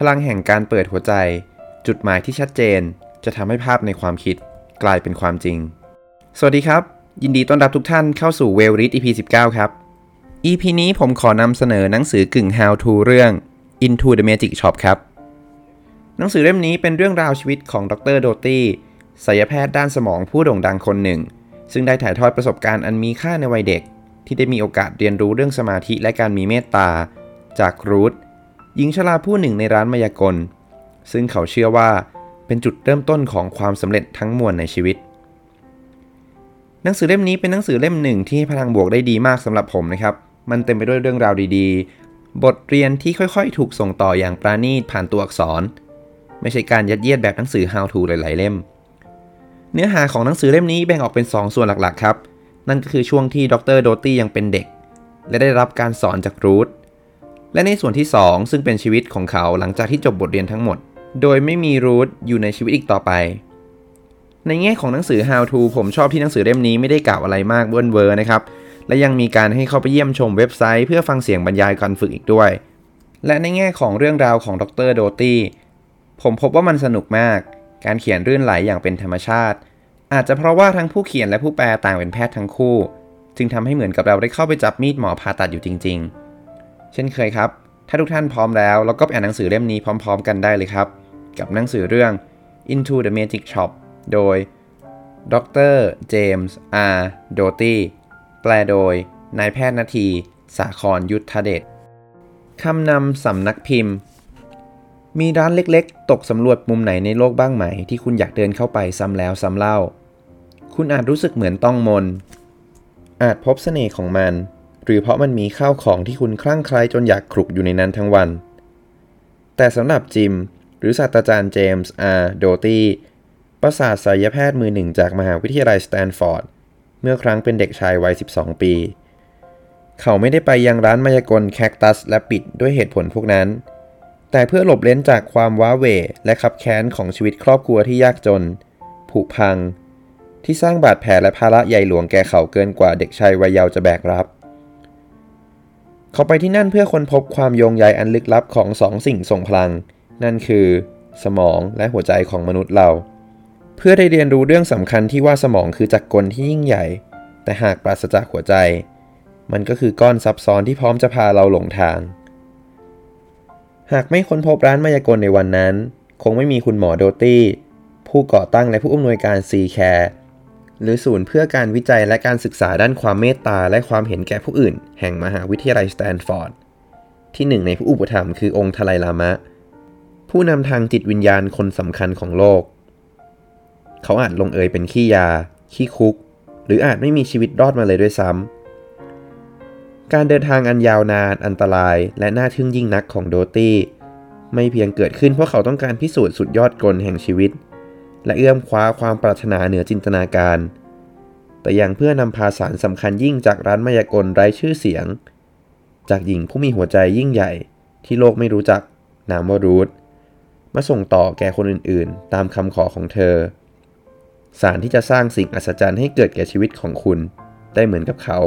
พลังแห่งการเปิดหัวใจจุดหมายที่ชัดเจนจะทำให้ภาพในความคิดกลายเป็นความจริงสวัสดีครับยินดีต้อนรับทุกท่านเข้าสู่ Well Read EP 19 ครับ EP นี้ผมขอนำเสนอหนังสือกึ่ง How to เรื่อง Into the Magic Shop ครับหนังสือเล่มนี้เป็นเรื่องราวชีวิตของดร.โดตี้ศัลยแพทย์ด้านสมองผู้โด่งดังคนหนึ่งซึ่งได้ถ่ายทอดประสบการณ์อันมีค่าในวัยเด็กที่ได้มีโอกาสเรียนรู้เรื่องสมาธิและการมีเมตตาจากรูทหญิงชราผู้หนึ่งในร้านมายากลซึ่งเขาเชื่อว่าเป็นจุดเริ่มต้นของความสำเร็จทั้งมวลในชีวิตหนังสือเล่มนี้เป็นหนังสือเล่มหนึ่งที่ให้พลังบวกได้ดีมากสำหรับผมนะครับมันเต็มไปด้วยเรื่องราวดีๆบทเรียนที่ค่อยๆถูกส่งต่ออย่างปราณีตผ่านตัวอักษรไม่ใช่การยัดเยียดแบบหนังสือ How to หลายๆเล่มเนื้อหาของหนังสือเล่มนี้แบ่งออกเป็น2 ส่วนหลักๆครับนั่นก็คือช่วงที่ดร.โดตี้ยังเป็นเด็กและได้รับการสอนจากรูทและในส่วนที่2ซึ่งเป็นชีวิตของเขาหลังจากที่จบบทเรียนทั้งหมดโดยไม่มีรูทอยู่ในชีวิตอีกต่อไปในแง่ของหนังสือ How to ผมชอบที่หนังสือเล่มนี้ไม่ได้กล่าวอะไรมากเบิ้ลเวอร์นะครับและยังมีการให้เข้าไปเยี่ยมชมเว็บไซต์เพื่อฟังเสียงบรรยายการฝึกอีกด้วยและในแง่ของเรื่องราวของดร.โดตี้ผมพบว่ามันสนุกมากการเขียนรื่นไหลอย่างเป็นธรรมชาติอาจจะเพราะว่าทั้งผู้เขียนและผู้แปลต่างเป็นแพทย์ทั้งคู่จึงทำให้เหมือนกับเราได้เข้าไปจับมีดหมอผ่าตัดอยู่จริงๆเช่นเคยครับถ้าทุกท่านพร้อมแล้วเราก็ไปอ่านหนังสือเล่มนี้พร้อมๆกันได้เลยครับกับหนังสือเรื่อง Into the Magic Shop โดยดร.เจมส์ R. โดตี้แปลโดยนายแพทย์ณทีสาครยุทธเดชคำนำสำนักพิมพ์มีร้านเล็กๆตกสำรวจมุมไหนในโลกบ้างไหมที่คุณอยากเดินเข้าไปซ้ำแล้วซ้ำเล่าคุณอาจรู้สึกเหมือนต้องมนอาจพบเสน่ห์ของมันหรือเพราะมันมีข้าวของที่คุณคลั่งไคล้จนอยากคลุกอยู่ในนั้นทั้งวันแต่สำหรับจิมหรือศาสตราจารย์เจมส์ R. โดตี้ประสาทศัลยแพทย์มือหนึ่งจากมหาวิทยาลัยสแตนฟอร์ดเมื่อครั้งเป็นเด็กชายวัย12 ปีเขาไม่ได้ไปยังร้านมายากลแคคตัสและปิดด้วยเหตุผลพวกนั้นแต่เพื่อหลบเล้นจากความว้าเหวและคับแค้นของชีวิตครอบครัวที่ยากจนผุพังที่สร้างบาดแผลและภาระใหญ่หลวงแก่เขาเกินกว่าเด็กชายวัยเยาว์จะแบกรับเขาไปที่นั่นเพื่อค้นพบความโยงใยอันลึกลับของ2 สิ่งทรงพลังนั่นคือสมองและหัวใจของมนุษย์เราเพื่อได้เรียนรู้เรื่องสำคัญที่ว่าสมองคือจักรกลที่ยิ่งใหญ่แต่หากปราศจากหัวใจมันก็คือก้อนซับซ้อนที่พร้อมจะพาเราหลงทางหากไม่ค้นพบร้านมายากลในวันนั้นคงไม่มีคุณหมอโดตี้ผู้ก่อตั้งและผู้อำนวยการ C-Care หรือศูนย์เพื่อการวิจัยและการศึกษาด้านความเมตตาและความเห็นแก่ผู้อื่นแห่งมหาวิทยาลัยสแตนฟอร์ดที่หนึ่งในผู้อุปถัมภ์คือองค์ทไลลามะผู้นำทางจิตวิญญาณคนสำคัญของโลกเขาอาจลงเอยเป็นขี้ยาขี้คุกหรืออาจไม่มีชีวิตรอดมาเลยด้วยซ้ำการเดินทางอันยาวนานอันตรายและน่าทึ่งยิ่งนักของโดตี้ไม่เพียงเกิดขึ้นเพราะเขาต้องการพิสูจน์สุดยอดกลแห่งชีวิตและเอื้อมคว้าความปรารถนาเหนือจินตนาการแต่ยังเพื่อนำพาสารสำคัญยิ่งจากร้านมายากลไร้ชื่อเสียงจากหญิงผู้มีหัวใจยิ่งใหญ่ที่โลกไม่รู้จักนามว่ารูทมาส่งต่อแก่คนอื่นๆตามคำขอของเธอสารที่จะสร้างสิ่งอัศจรรย์ให้เกิดแก่ชีวิตของคุณได้เหมือนกับเขา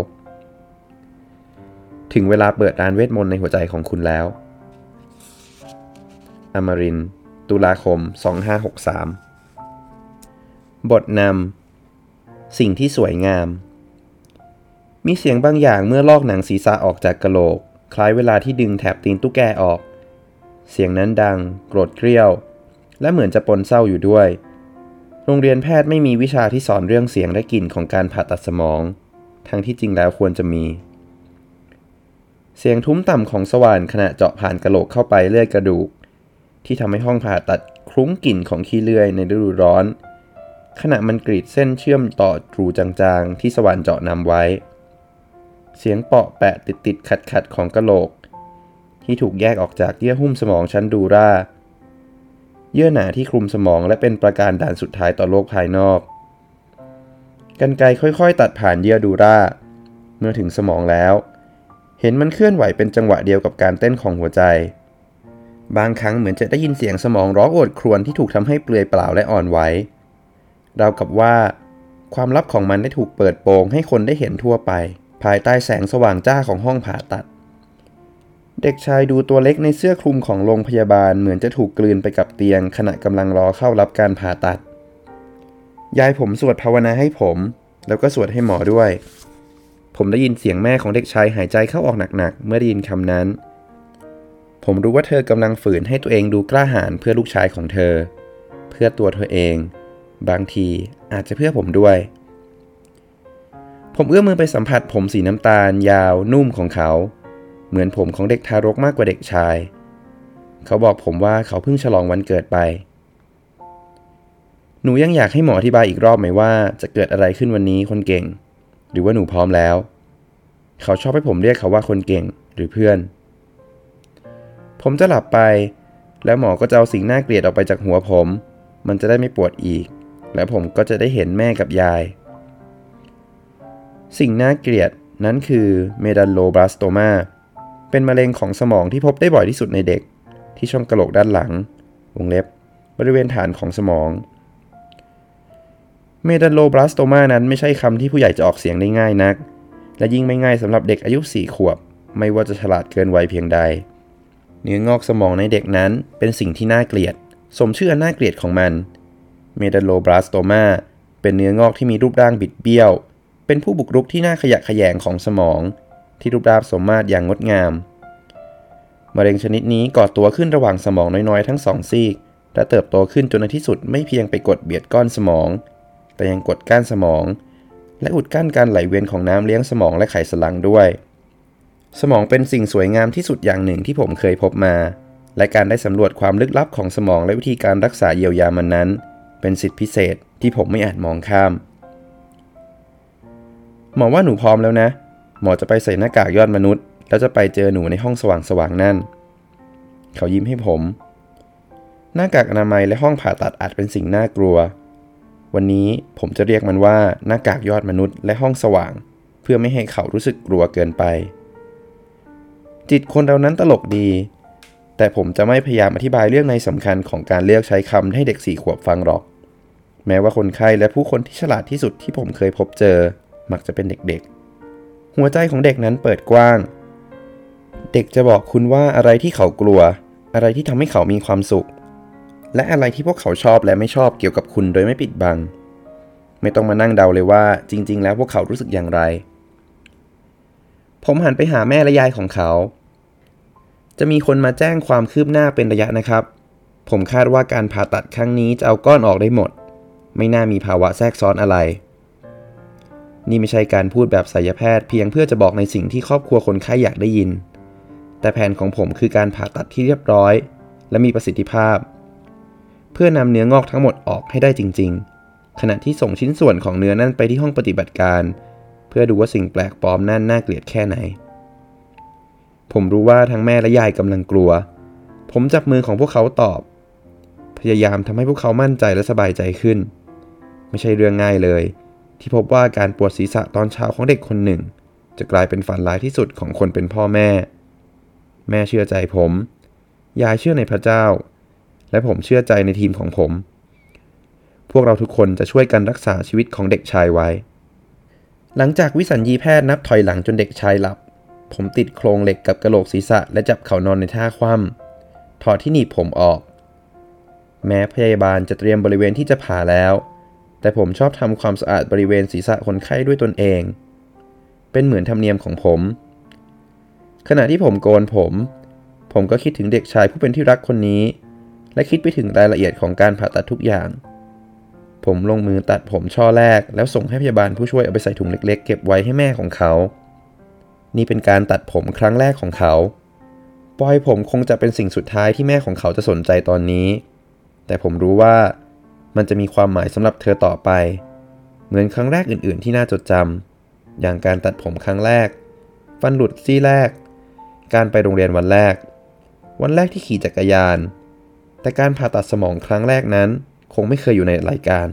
ถึงเวลาเปิดร้านเวทมนต์ในหัวใจของคุณแล้วอมรินทร์ตุลาคม 2563 บทนำสิ่งที่สวยงามมีเสียงบางอย่างเมื่อลอกหนังศีรษะออกจากกะโหลกคล้ายเวลาที่ดึงแถบตีนตุ๊กแกออกเสียงนั้นดังโกรธเกรี้ยวและเหมือนจะปนเศร้าอยู่ด้วยโรงเรียนแพทย์ไม่มีวิชาที่สอนเรื่องเสียงและกลิ่นของการผ่าตัดสมองทั้งที่จริงแล้วควรจะมีเสียงทุ้มต่ำของสว่านขณะเจาะผ่านกะโหลกเข้าไปเลื่อยกระดูกที่ทำให้ห้องผ่าตัดคลุ้งกลิ่นของขี้เลื่อยในฤดูร้อนขณะมันกรีดเส้นเชื่อมต่อรูจางๆที่สว่านเจาะนำไว้เสียงเปาะแปะติดๆขัดๆของกะโหลกที่ถูกแยกออกจากเยื่อหุ้มสมองชั้นดูราเยื่อหนาที่คลุมสมองและเป็นประการด่านสุดท้ายต่อโลกภายนอกกรรไกรค่อยๆตัดผ่านเยื่อดูราเมื่อถึงสมองแล้วเห็นมันเคลื่อนไหวเป็นจังหวะเดียวกับการเต้นของหัวใจบางครั้งเหมือนจะได้ยินเสียงสมองร้องโอดครวญที่ถูกทำให้เปลือยเปล่าและอ่อนไหวราวกับว่าความลับของมันได้ถูกเปิดโปงให้คนได้เห็นทั่วไปภายใต้แสงสว่างจ้าของห้องผ่าตัดเด็กชายดูตัวเล็กในเสื้อคลุมของโรงพยาบาลเหมือนจะถูกกลืนไปกับเตียงขณะกำลังรอเข้ารับการผ่าตัดยายผมสวดภาวนาให้ผมแล้วก็สวดให้หมอด้วยผมได้ยินเสียงแม่ของเด็กชายหายใจเข้าออกหนักๆเมื่อได้ยินคำนั้นผมรู้ว่าเธอกำลังฝืนให้ตัวเองดูกล้าหาญเพื่อลูกชายของเธอเพื่อตัวเธอเองบางทีอาจจะเพื่อผมด้วยผมเอื้อมมือไปสัมผัสผมสีน้ำตาลยาวนุ่มของเขาเหมือนผมของเด็กทารกมากกว่าเด็กชายเขาบอกผมว่าเขาเพิ่งฉลองวันเกิดไปหนูยังอยากให้หมออธิบายอีกรอบไหมว่าจะเกิดอะไรขึ้นวันนี้คนเก่งหรือว่าหนูพร้อมแล้วเขาชอบให้ผมเรียกเขาว่าคนเก่งหรือเพื่อนผมจะหลับไปแล้วหมอก็จะเอาสิ่งน่าเกลียดออกไปจากหัวผมมันจะได้ไม่ปวดอีกและผมก็จะได้เห็นแม่กับยายสิ่งน่าเกลียดนั้นคือเมดัลโลบลาสโตมาเป็นมะเร็งของสมองที่พบได้บ่อยที่สุดในเด็กที่ช่องกะโหลกด้านหลังวงเล็บบริเวณฐานของสมองเมดัลโลบลาสโตมานั้นไม่ใช่คำที่ผู้ใหญ่จะออกเสียงได้ง่ายนักและยิ่งไม่ง่ายสำหรับเด็กอายุ4 ขวบไม่ว่าจะฉลาดเกินวัยเพียงใดเนื้องอกสมองในเด็กนั้นเป็นสิ่งที่น่าเกลียดสมชื่ออันน่าเกลียดของมันเมดัลโลบลาสโตมาเป็นเนื้องอกที่มีรูปร่างบิดเบี้ยวเป็นผู้บุกรุกที่น่าขยะแขยงของสมองที่รูปร่างสมมาตรอย่างงดงามมะเร็งชนิดนี้ก่อตัวขึ้นระหว่างสมองน้อยๆทั้งสองซีกและเติบโตขึ้นจนในที่สุดไม่เพียงไปกดเบียดก้อนสมองแต่ยังกดก้านสมองและอุดกั้นการไหลเวียนของน้ำเลี้ยงสมองและไขสันหลังด้วยสมองเป็นสิ่งสวยงามที่สุดอย่างหนึ่งที่ผมเคยพบมาและการได้สำรวจความลึกลับของสมองและวิธีการรักษาเยียวยามันนั้นเป็นสิทธิพิเศษที่ผมไม่อาจมองข้ามหมอว่าหนูพร้อมแล้วนะหมอจะไปใส่หน้ากากยอดมนุษย์แล้วจะไปเจอหนูในห้องสว่างๆนั่นเขายิ้มให้ผมหน้ากากอนามัยและห้องผ่าตัดอาจเป็นสิ่งน่ากลัววันนี้ผมจะเรียกมันว่าหน้ากากยอดมนุษย์และห้องสว่างเพื่อไม่ให้เขารู้สึกกลัวเกินไปจิตคนเรานั้นตลกดีแต่ผมจะไม่พยายามอธิบายเรื่องในสำคัญของการเลือกใช้คำให้เด็ก4 ขวบฟังหรอกแม้ว่าคนไข้และผู้คนที่ฉลาดที่สุดที่ผมเคยพบเจอมักจะเป็นเด็กๆหัวใจของเด็กนั้นเปิดกว้างเด็กจะบอกคุณว่าอะไรที่เขากลัวอะไรที่ทำให้เขามีความสุขและอะไรที่พวกเขาชอบและไม่ชอบเกี่ยวกับคุณโดยไม่ปิดบังไม่ต้องมานั่งเดาเลยว่าจริงๆแล้วพวกเขารู้สึกอย่างไรผมหันไปหาแม่และยายของเขาจะมีคนมาแจ้งความคืบหน้าเป็นระยะนะครับผมคาดว่าการผ่าตัดครั้งนี้จะเอาก้อนออกได้หมดไม่น่ามีภาวะแทรกซ้อนอะไรนี่ไม่ใช่การพูดแบบไสยแพทย์เพียงเพื่อจะบอกในสิ่งที่ครอบครัวคนไข้อยากได้ยินแต่แผนของผมคือการผ่าตัดที่เรียบร้อยและมีประสิทธิภาพเพื่อนำเนื้องอกทั้งหมดออกให้ได้จริงๆขณะที่ส่งชิ้นส่วนของเนื้อนั่นไปที่ห้องปฏิบัติการเพื่อดูว่าสิ่งแปลกปลอมนั่นน่าเกลียดแค่ไหนผมรู้ว่าทั้งแม่และยายกำลังกลัวผมจับมือของพวกเขาตอบพยายามทำให้พวกเขามั่นใจและสบายใจขึ้นไม่ใช่เรื่องง่ายเลยที่พบว่าการปวดศีรษะตอนเช้าของเด็กคนหนึ่งจะกลายเป็นฝันร้ายที่สุดของคนเป็นพ่อแม่เชื่อใจผมยายเชื่อในพระเจ้าและผมเชื่อใจในทีมของผมพวกเราทุกคนจะช่วยกันรักษาชีวิตของเด็กชายไว้หลังจากวิสัญญีแพทย์นับถอยหลังจนเด็กชายหลับผมติดโครงเหล็กกับกะโหลกศีรษะและจับเขานอนในท่าคว่ำถอดที่หนีบผมออกแม้พยาบาลจะเตรียมบริเวณที่จะผ่าแล้วแต่ผมชอบทำความสะอาดบริเวณศีรษะคนไข้ด้วยตนเองเป็นเหมือนธรรมเนียมของผมขณะที่ผมโกนผมก็คิดถึงเด็กชายผู้เป็นที่รักคนนี้และคิดไปถึงรายละเอียดของการผ่าตัดทุกอย่างผมลงมือตัดผมช่อแรกแล้วส่งให้พยาบาลผู้ช่วยเอาไปใส่ถุงเล็กๆเก็บไว้ให้แม่ของเขานี่เป็นการตัดผมครั้งแรกของเขาปอยผมคงจะเป็นสิ่งสุดท้ายที่แม่ของเขาจะสนใจตอนนี้แต่ผมรู้ว่ามันจะมีความหมายสำหรับเธอต่อไปเหมือนครั้งแรกอื่นๆที่น่าจดจำอย่างการตัดผมครั้งแรกฟันหลุดซี่แรกการไปโรงเรียนวันแรกที่ขี่จักรยานแต่การผ่าตัดสมองครั้งแรกนั้นคงไม่เคยอยู่ในรายการ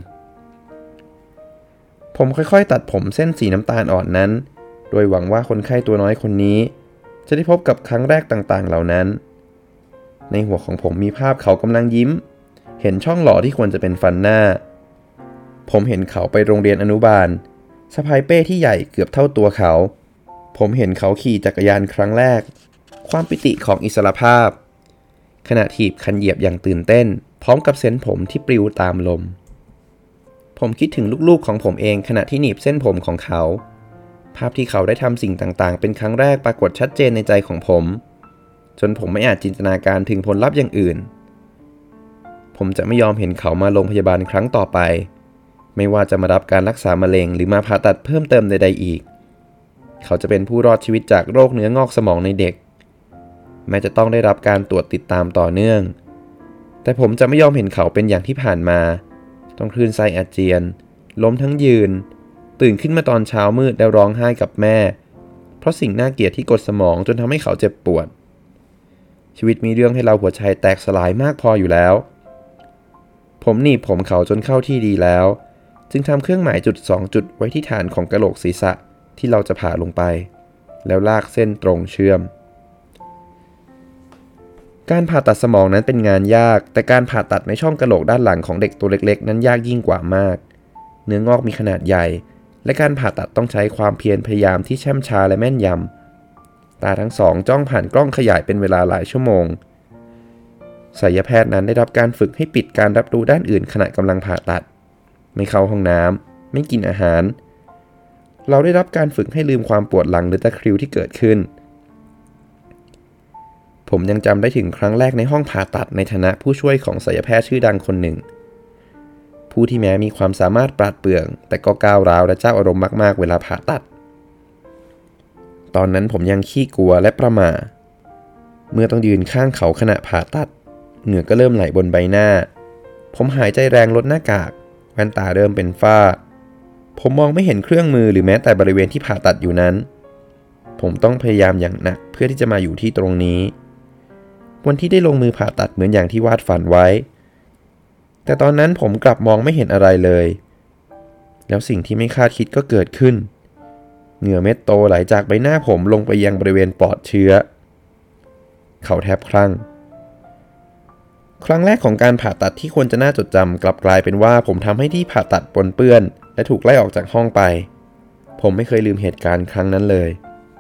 ผมค่อยๆตัดผมเส้นสีน้ำตาลอ่อนนั้นโดยหวังว่าคนไข้ตัวน้อยคนนี้จะได้พบกับครั้งแรกต่างๆเหล่านั้นในหัวของผมมีภาพเขากำลังยิ้มเห็นช่องหล่อที่ควรจะเป็นฟันหน้าผมเห็นเขาไปโรงเรียนอนุบาลสะพายเป้ที่ใหญ่เกือบเท่าตัวเขาผมเห็นเขาขี่จักรยานครั้งแรกความปิติของอิสรภาพขณะถีบคันเหยียบอย่างตื่นเต้นพร้อมกับเส้นผมที่ปลิวตามลมผมคิดถึงลูกๆของผมเองขณะที่หนีบเส้นผมของเขาภาพที่เขาได้ทำสิ่งต่างๆเป็นครั้งแรกปรากฏชัดเจนในใจของผมจนผมไม่อาจจินตนาการถึงผลลัพธ์อย่างอื่นผมจะไม่ยอมเห็นเขามาโรงพยาบาลครั้งต่อไปไม่ว่าจะมารับการรักษามะเร็งหรือมาผ่าตัดเพิ่มเติมใดๆอีกเขาจะเป็นผู้รอดชีวิตจากโรคเนื้องอกสมองในเด็กแม้จะต้องได้รับการตรวจติดตามต่อเนื่องแต่ผมจะไม่ยอมเห็นเขาเป็นอย่างที่ผ่านมาต้องคลื่นไส้อาเจียนล้มทั้งยืนตื่นขึ้นมาตอนเช้ามืดแล้วร้องไห้กับแม่เพราะสิ่งน่าเกลียดที่กดสมองจนทำให้เขาเจ็บปวดชีวิตมีเรื่องให้เราหัวใจแตกสลายมากพออยู่แล้วผมหนีบผมเขาจนเข้าที่ดีแล้วจึงทำเครื่องหมายจุด2จุดไว้ที่ฐานของกะโหลกศีรษะที่เราจะผ่าลงไปแล้วลากเส้นตรงเชื่อมการผ่าตัดสมองนั้นเป็นงานยากแต่การผ่าตัดในช่องกะโหลกด้านหลังของเด็กตัวเล็กๆนั้นยากยิ่งกว่ามากเนื้องอกมีขนาดใหญ่และการผ่าตัดต้องใช้ความเพียรพยายามที่แช่มช้าและแม่นยำตาทั้งสองจ้องผ่านกล้องขยายเป็นเวลาหลายชั่วโมงศัลยแพทย์นั้นได้รับการฝึกให้ปิดการรับรู้ด้านอื่นขณะกำลังผ่าตัดไม่เข้าห้องน้ำไม่กินอาหารเราได้รับการฝึกให้ลืมความปวดหลังหรือตะคริวที่เกิดขึ้นผมยังจำได้ถึงครั้งแรกในห้องผ่าตัดในฐานะผู้ช่วยของศัลยแพทย์ชื่อดังคนหนึ่งผู้ที่แม้มีความสามารถปราดเปรื่องแต่ก็ก้าวร้าวและเจ้าอารมณ์มากๆเวลาผ่าตัดตอนนั้นผมยังขี้กลัวและประหม่าเมื่อต้องยืนข้างเขาขณะผ่าตัดเหงื่อก็เริ่มไหลบนใบหน้าผมหายใจแรงลดหน้ากากแว่นตาเริ่มเป็นฝ้าผมมองไม่เห็นเครื่องมือหรือแม้แต่บริเวณที่ผ่าตัดอยู่นั้นผมต้องพยายามอย่างหนักเพื่อที่จะมาอยู่ที่ตรงนี้วันที่ได้ลงมือผ่าตัดเหมือนอย่างที่วาดฝันไว้แต่ตอนนั้นผมกลับมองไม่เห็นอะไรเลยแล้วสิ่งที่ไม่คาดคิดก็เกิดขึ้นเหงื่อเม็ดโตไหลจากใบหน้าผมลงไปยังบริเวณปอดเชื้อเขาแทบคลั่งครั้งแรกของการผ่าตัดที่ควรจะน่าจดจำกลับกลายเป็นว่าผมทำให้ที่ผ่าตัดปนเปื้อนและถูกไล่ออกจากห้องไปผมไม่เคยลืมเหตุการณ์ครั้งนั้นเลย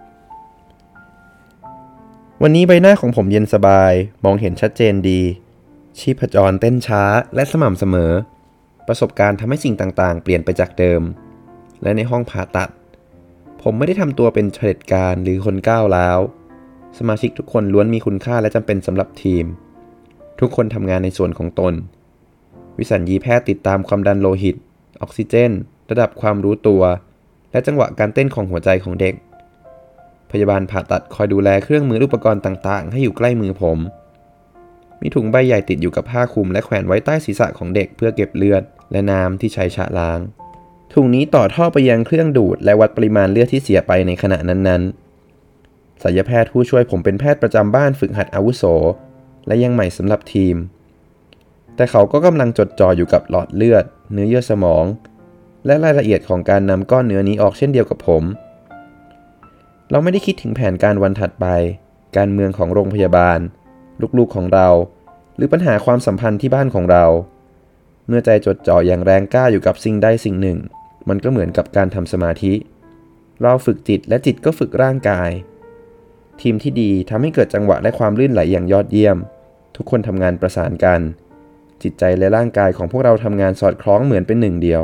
วันนี้ใบหน้าของผมเย็นสบายมองเห็นชัดเจนดีชีพจรเต้นช้าและสม่ำเสมอประสบการณ์ทำให้สิ่งต่างๆเปลี่ยนไปจากเดิมและในห้องผ่าตัดผมไม่ได้ทำตัวเป็นเผด็จการหรือคนก้าวร้าวสมาชิกทุกคนล้วนมีคุณค่าและจำเป็นสำหรับทีมทุกคนทำงานในส่วนของตนวิสัญญีแพทย์ติดตามความดันโลหิตออกซิเจนระดับความรู้ตัวและจังหวะการเต้นของหัวใจของเด็กพยาบาลผ่าตัดคอยดูแลเครื่องมืออุปกรณ์ต่างๆให้อยู่ใกล้มือผมมีถุงใบใหญ่ติดอยู่กับผ้าคลุมและแขวนไว้ใต้ศีรษะของเด็กเพื่อเก็บเลือดและน้ำที่ใช้ชะล้างถุงนี้ต่อท่อไปยังเครื่องดูดและวัดปริมาณเลือดที่เสียไปในขณะนั้นๆศัลยแพทย์ผู้ช่วยผมเป็นแพทย์ประจำบ้านฝึกหัดอาวุโสและยังใหม่สำหรับทีมแต่เขาก็กำลังจดจ่ออยู่กับหลอดเลือดเนื้อเยื่อสมองและรายละเอียดของการนำก้อนเนื้อนี้ออกเช่นเดียวกับผมเราไม่ได้คิดถึงแผนการวันถัดไปการเมืองของโรงพยาบาลลูกๆของเราหรือปัญหาความสัมพันธ์ที่บ้านของเราเมื่อใจจดจ่ออย่างแรงกล้าอยู่กับสิ่งใดสิ่งหนึ่งมันก็เหมือนกับการทำสมาธิเราฝึกจิตและจิตก็ฝึกร่างกายทีมที่ดีทำให้เกิดจังหวะและความลื่นไหลอย่างยอดเยี่ยมทุกคนทำงานประสานกันจิตใจและร่างกายของพวกเราทำงานสอดคล้องเหมือนเป็นหนึ่งเดียว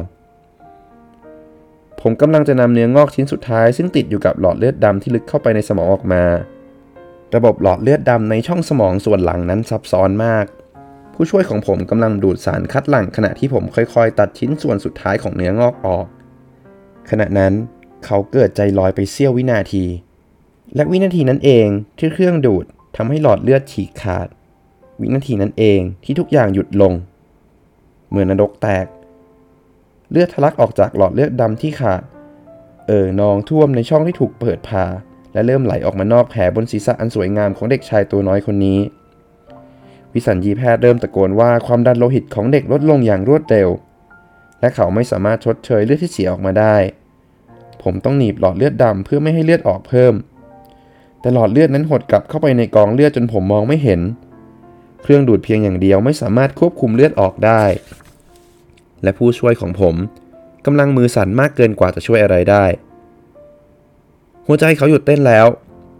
ผมกำลังจะนำเนื้องอกชิ้นสุดท้ายซึ่งติดอยู่กับหลอดเลือดดำที่ลึกเข้าไปในสมองออกมาระบบหลอดเลือดดำในช่องสมองส่วนหลังนั้นซับซ้อนมากผู้ช่วยของผมกำลังดูดสารคัดหลั่งขณะที่ผมค่อยๆตัดชิ้นส่วนสุดท้ายของเนื้องอกออกขณะนั้นเขาเกิดใจลอยไปเสี้ยววินาทีและวินาทีนั้นเองที่เครื่องดูดทำให้หลอดเลือดฉีกขาดวินาทีนั้นเองที่ทุกอย่างหยุดลงเมื่อนรกแตกเลือดทะลักออกจากหลอดเลือดดำที่ขาดนองท่วมในช่องที่ถูกเปิดผ่าและเริ่มไหลออกมานอกแผลบนศีรษะอันสวยงามของเด็กชายตัวน้อยคนนี้วิสัญญีแพทย์เริ่มตะโกนว่าความดันโลหิตของเด็กลดลงอย่างรวดเร็วและเขาไม่สามารถชดเชยเลือดที่เสียออกมาได้ผมต้องหนีบหลอดเลือดดำเพื่อไม่ให้เลือดออกเพิ่มแต่หลอดเลือดนั้นหดกลับเข้าไปในกองเลือดจนผมมองไม่เห็นเครื่องดูดเพียงอย่างเดียวไม่สามารถควบคุมเลือดออกได้และผู้ช่วยของผมกำลังมือสั่นมากเกินกว่าจะช่วยอะไรได้หัวใจเขาหยุดเต้นแล้ว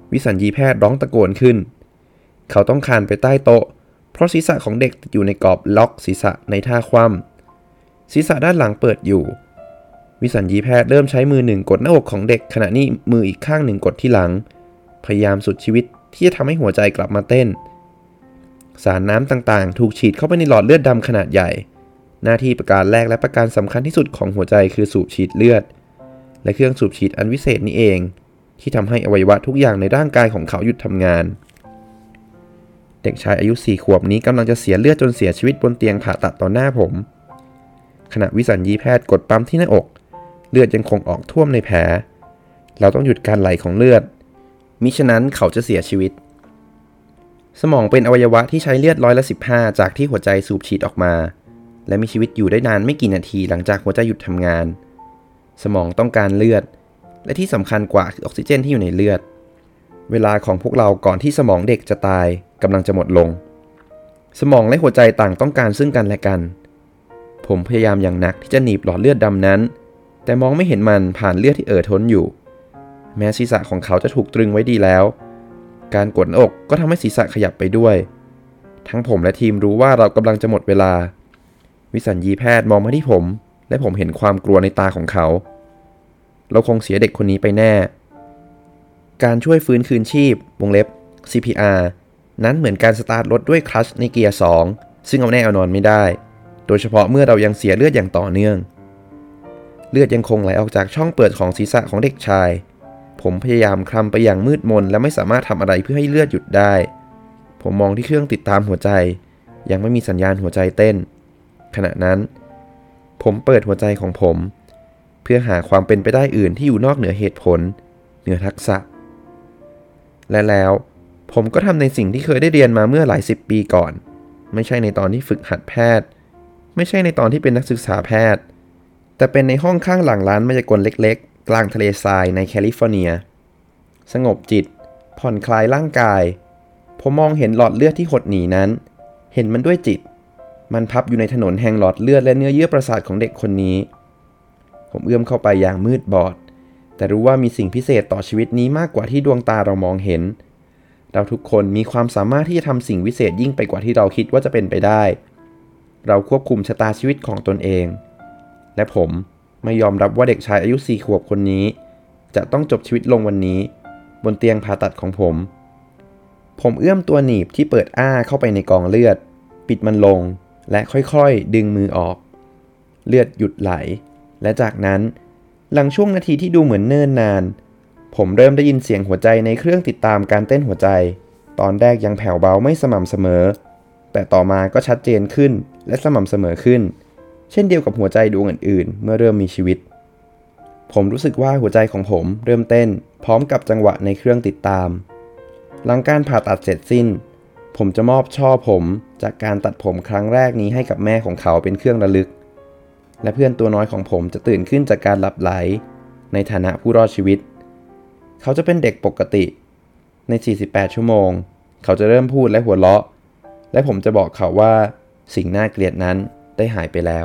วิสัญญีแพทย์ร้องตะโกนขึ้นเขาต้องคลานไปใต้โต๊ะเพราะศีรษะของเด็กติดอยู่ในกรอบล็อกศีรษะในท่าคว่ำศีรษะด้านหลังเปิดอยู่วิสัญญีแพทย์เริ่มใช้มือหนึ่งกดหน้าอกของเด็กขณะนี้มืออีกข้างหนึ่งกดที่หลังพยายามสุดชีวิตที่จะทำให้หัวใจกลับมาเต้นสารน้ำต่างๆถูกฉีดเข้าไปในหลอดเลือดดำขนาดใหญ่หน้าที่ประการแรกและประการสำคัญที่สุดของหัวใจคือสูบฉีดเลือดและเครื่องสูบฉีดอันวิเศษนี้เองที่ทำให้อวัยวะทุกอย่างในร่างกายของเขาหยุดทำงานเด็กชายอายุ4 ขวบนี้กำลังจะเสียเลือดจนเสียชีวิตบนเตียงผ่าตัดต่อหน้าผมขณะวิสัญญีแพทย์กดปั๊มที่หน้าอกเลือดยังคงออกท่วมในแผลเราต้องหยุดการไหลของเลือดมิฉะนั้นเขาจะเสียชีวิตสมองเป็นอวัยวะที่ใช้เลือด15%จากที่หัวใจสูบฉีดออกมาและมีชีวิตอยู่ได้นานไม่กี่นาทีหลังจากหัวใจหยุดทำงานสมองต้องการเลือดและที่สำคัญกว่าคือออกซิเจนที่อยู่ในเลือดเวลาของพวกเราก่อนที่สมองเด็กจะตายกำลังจะหมดลงสมองและหัวใจต่างต้องการซึ่งกันและกันผมพยายามอย่างหนักที่จะหนีบหลอดเลือดดำนั้นแต่มองไม่เห็นมันผ่านเลือดที่ท้นอยู่แม้ศีรษะของเขาจะถูกตรึงไว้ดีแล้วการกดหน้าอกก็ทำให้ศีรษะขยับไปด้วยทั้งผมและทีมรู้ว่าเรากำลังจะหมดเวลาวิสัญญีแพทย์มองมาที่ผมและผมเห็นความกลัวในตาของเขาเราคงเสียเด็กคนนี้ไปแน่การช่วยฟื้นคืนชีพวงเล็บ CPR นั้นเหมือนการสตาร์ทรถด้วยคลัตช์ในเกียร์ 2ซึ่งเอาแน่เอานอนไม่ได้โดยเฉพาะเมื่อเรายังเสียเลือดอย่างต่อเนื่องเลือดยังคงไหลออกจากช่องเปิดของศีรษะของเด็กชายผมพยายามคลำไปอย่างมืดมนและไม่สามารถทำอะไรเพื่อให้เลือดหยุดได้ผมมองที่เครื่องติดตามหัวใจยังไม่มีสัญญาณหัวใจเต้นขณะนั้นผมเปิดหัวใจของผมเพื่อหาความเป็นไปได้อื่นที่อยู่นอกเหนือเหตุผลเหนือทักษะและแล้วผมก็ทำในสิ่งที่เคยได้เรียนมาเมื่อหลาย10 ปีก่อนไม่ใช่ในตอนที่ฝึกหัดแพทย์ไม่ใช่ในตอนที่เป็นนักศึกษาแพทย์แต่เป็นในห้องข้างหลังร้านมายากลเล็กๆกลางทะเลทรายในแคลิฟอร์เนียสงบจิตผ่อนคลายร่างกายผมมองเห็นหลอดเลือดที่หดหนีนั้นเห็นมันด้วยจิตมันพับอยู่ในถนนแห่งหลอดเลือดและเนื้อเยื่อประสาทของเด็กคนนี้ผมเอื้อมเข้าไปอย่างมืดบอดแต่รู้ว่ามีสิ่งพิเศษต่อชีวิตนี้มากกว่าที่ดวงตาเรามองเห็นเราทุกคนมีความสามารถที่จะทำสิ่งวิเศษยิ่งไปกว่าที่เราคิดว่าจะเป็นไปได้เราควบคุมชะตาชีวิตของตนเองและผมไม่ยอมรับว่าเด็กชายอายุ4 ขวบคนนี้จะต้องจบชีวิตลงวันนี้บนเตียงผ่าตัดของผมเอื้อมตัวหนีบที่เปิดอ้าเข้าไปในกองเลือดปิดมันลงและค่อยๆดึงมือออกเลือดหยุดไหลและจากนั้นหลังช่วงนาทีที่ดูเหมือนเนิ่นนานผมเริ่มได้ยินเสียงหัวใจในเครื่องติดตามการเต้นหัวใจตอนแรกยังแผ่วเบาไม่สม่ำเสมอแต่ต่อมาก็ชัดเจนขึ้นและสม่ำเสมอขึ้นเช่นเดียวกับหัวใจดวงอื่นๆเมื่อเริ่มมีชีวิตผมรู้สึกว่าหัวใจของผมเริ่มเต้นพร้อมกับจังหวะในเครื่องติดตามหลังการผ่าตัดเสร็จสิ้นผมจะมอบช่อผมจากการตัดผมครั้งแรกนี้ให้กับแม่ของเขาเป็นเครื่องระลึกและเพื่อนตัวน้อยของผมจะตื่นขึ้นจากการหลับไหลในฐานะผู้รอดชีวิตเขาจะเป็นเด็กปกติใน48 ชั่วโมงเขาจะเริ่มพูดและหัวเราะและผมจะบอกเขาว่าสิ่งน่าเกลียดนั้นได้หายไปแล้ว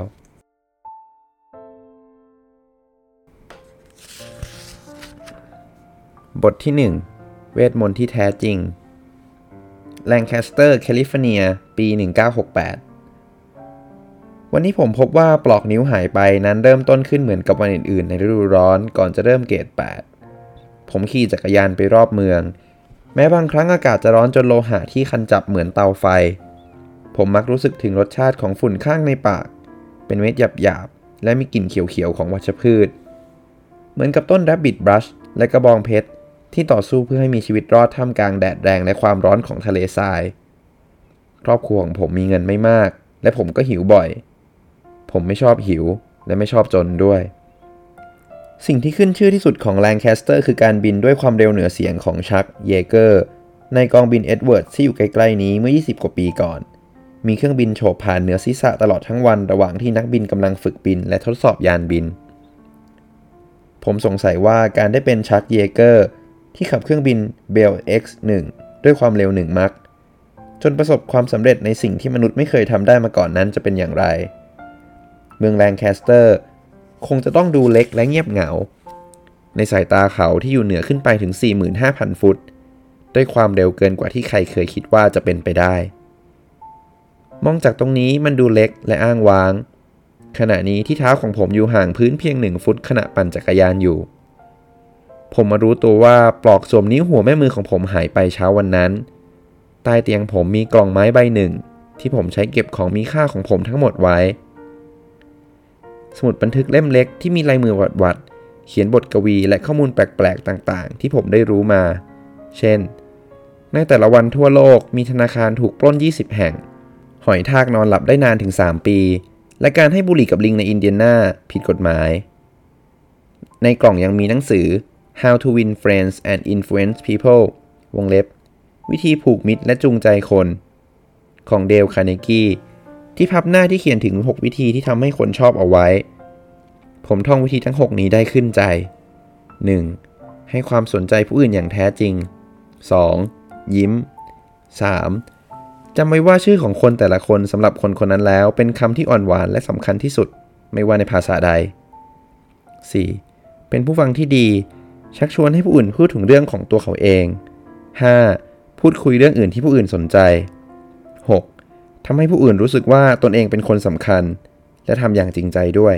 บทที่ 1 เวทมนต์ที่แท้จริงแลงแคสเตอร์แคลิฟอร์เนียปี 1968วันนี้ผมพบว่าปลอกนิ้วหายไปนั้นเริ่มต้นขึ้นเหมือนกับวันอื่นๆในฤดูร้อนก่อนจะเริ่มเกรด 8ผมขี่จักรยานไปรอบเมืองแม้บางครั้งอากาศจะร้อนจนโลหะที่คันจับเหมือนเตาไฟผมมักรู้สึกถึงรสชาติของฝุ่นข้างในปากเป็นเม็ดหยาบๆและมีกลิ่นเขียวๆของวัชพืชเหมือนกับต้นแรบบิทบรัชและกระบองเพชรที่ต่อสู้เพื่อให้มีชีวิตรอดท่ามกลางแดดแรงและความร้อนของทะเลทรายครอบครัวของผมมีเงินไม่มากและผมก็หิวบ่อยผมไม่ชอบหิวและไม่ชอบจนด้วยสิ่งที่ขึ้นชื่อที่สุดของแลงแคสเตอร์คือการบินด้วยความเร็วเหนือเสียงของชักเยเกอร์ในกองบินเอ็ดเวิร์ดที่อยู่ใกล้ๆนี้เมื่อ20 กว่าปีก่อนมีเครื่องบินโฉบผ่านเหนือศีรษะตลอดทั้งวันระหว่างที่นักบินกำลังฝึกบินและทดสอบยานบินผมสงสัยว่าการได้เป็นชักเยเกอร์ที่ขับเครื่องบินเบล X1 ด้วยความเร็ว1 มัคจนประสบความสำเร็จในสิ่งที่มนุษย์ไม่เคยทำได้มาก่อนนั้นจะเป็นอย่างไรเมืองแลงแคสเตอร์คงจะต้องดูเล็กและเงียบเหงาในสายตาเขาที่อยู่เหนือขึ้นไปถึง 45,000 ฟุตด้วยความเร็วเกินกว่าที่ใครเคยคิดว่าจะเป็นไปได้มองจากตรงนี้มันดูเล็กและอ้างว้างขณะนี้ที่เท้าของผมอยู่ห่างพื้นเพียง1 ฟุตขณะปั่นจักรยานอยู่ผมมารู้ตัวว่าปลอกสวมนิ้วหัวแม่มือของผมหายไปเช้าวันนั้นใต้เตียงผมมีกล่องไม้ใบหนึ่งที่ผมใช้เก็บของมีค่าของผมทั้งหมดไว้สมุดบันทึกเล่มเล็กที่มีลายมือวาดๆเขียนบทกวีและข้อมูลแปลกๆต่างๆที่ผมได้รู้มาเช่นในแต่ละวันทั่วโลกมีธนาคารถูกปล้น20 แห่งหอยทากนอนหลับได้นานถึง3 ปีและการให้บุหรี่กับลิงในอินเดียนาผิดกฎหมายในกล่องยังมีหนังสือ How to Win Friends and Influence People วงเล็บวิธีผูกมิตรและจูงใจคนของเดล คาร์เนกีที่พับหน้าที่เขียนถึง6 วิธีที่ทำให้คนชอบเอาไว้ผมท่องวิธีทั้ง6นี้ได้ขึ้นใจ 1. ให้ความสนใจผู้อื่นอย่างแท้จริง 2. ยิ้ม 3. จำไว้ว่าชื่อของคนแต่ละคนสำหรับคนคนนั้นแล้วเป็นคำที่อ่อนหวานและสำคัญที่สุดไม่ว่าในภาษาใด 4. เป็นผู้ฟังที่ดีชักชวนให้ผู้อื่นพูดถึงเรื่องของตัวเขาเอง 5. พูดคุยเรื่องอื่นที่ผู้อื่นสนใจ 6. ทำให้ผู้อื่นรู้สึกว่าตนเองเป็นคนสำคัญและทำอย่างจริงใจด้วย